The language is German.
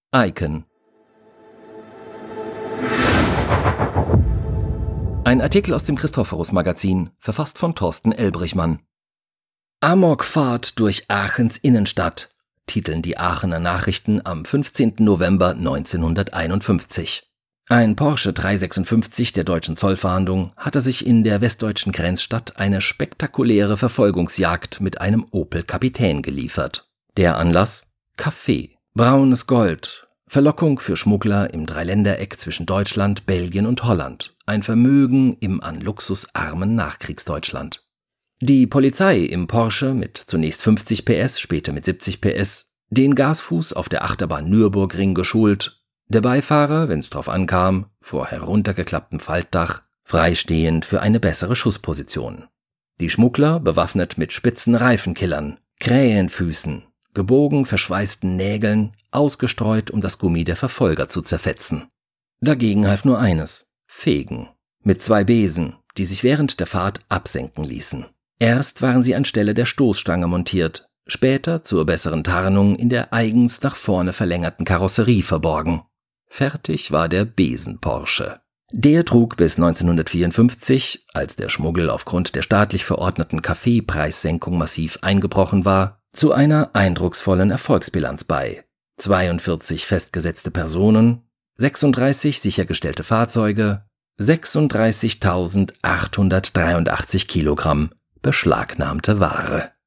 Icon. Ein Artikel aus dem Christophorus-Magazin, verfasst von Thorsten Elbrichmann. Amokfahrt durch Aachens Innenstadt, titeln die Aachener Nachrichten am 15. November 1951. Ein Porsche 356 der deutschen Zollfahndung hatte sich in der westdeutschen Grenzstadt eine spektakuläre Verfolgungsjagd mit einem Opel Kapitän geliefert. Der Anlass? Kaffee, braunes Gold, Verlockung für Schmuggler im Dreiländereck zwischen Deutschland, Belgien und Holland, ein Vermögen im an Luxus armen Nachkriegsdeutschland. Die Polizei im Porsche mit zunächst 50 PS, später mit 70 PS, den Gasfuß auf der Achterbahn Nürburgring geschult, der Beifahrer, wenn's drauf ankam, vor heruntergeklapptem Faltdach, freistehend für eine bessere Schussposition. Die Schmuggler bewaffnet mit spitzen Reifenkillern, Krähenfüßen, gebogen verschweißten Nägeln, ausgestreut, um das Gummi der Verfolger zu zerfetzen. Dagegen half nur eines: Fegen. Mit 2 Besen, die sich während der Fahrt absenken ließen. Erst waren sie anstelle der Stoßstange montiert, später zur besseren Tarnung in der eigens nach vorne verlängerten Karosserie verborgen. Fertig war der Besen-Porsche. Der trug bis 1954, als der Schmuggel aufgrund der staatlich verordneten Kaffeepreissenkung massiv eingebrochen war, zu einer eindrucksvollen Erfolgsbilanz bei. 42 festgesetzte Personen, 36 sichergestellte Fahrzeuge, 36.883 Kilogramm beschlagnahmte Ware.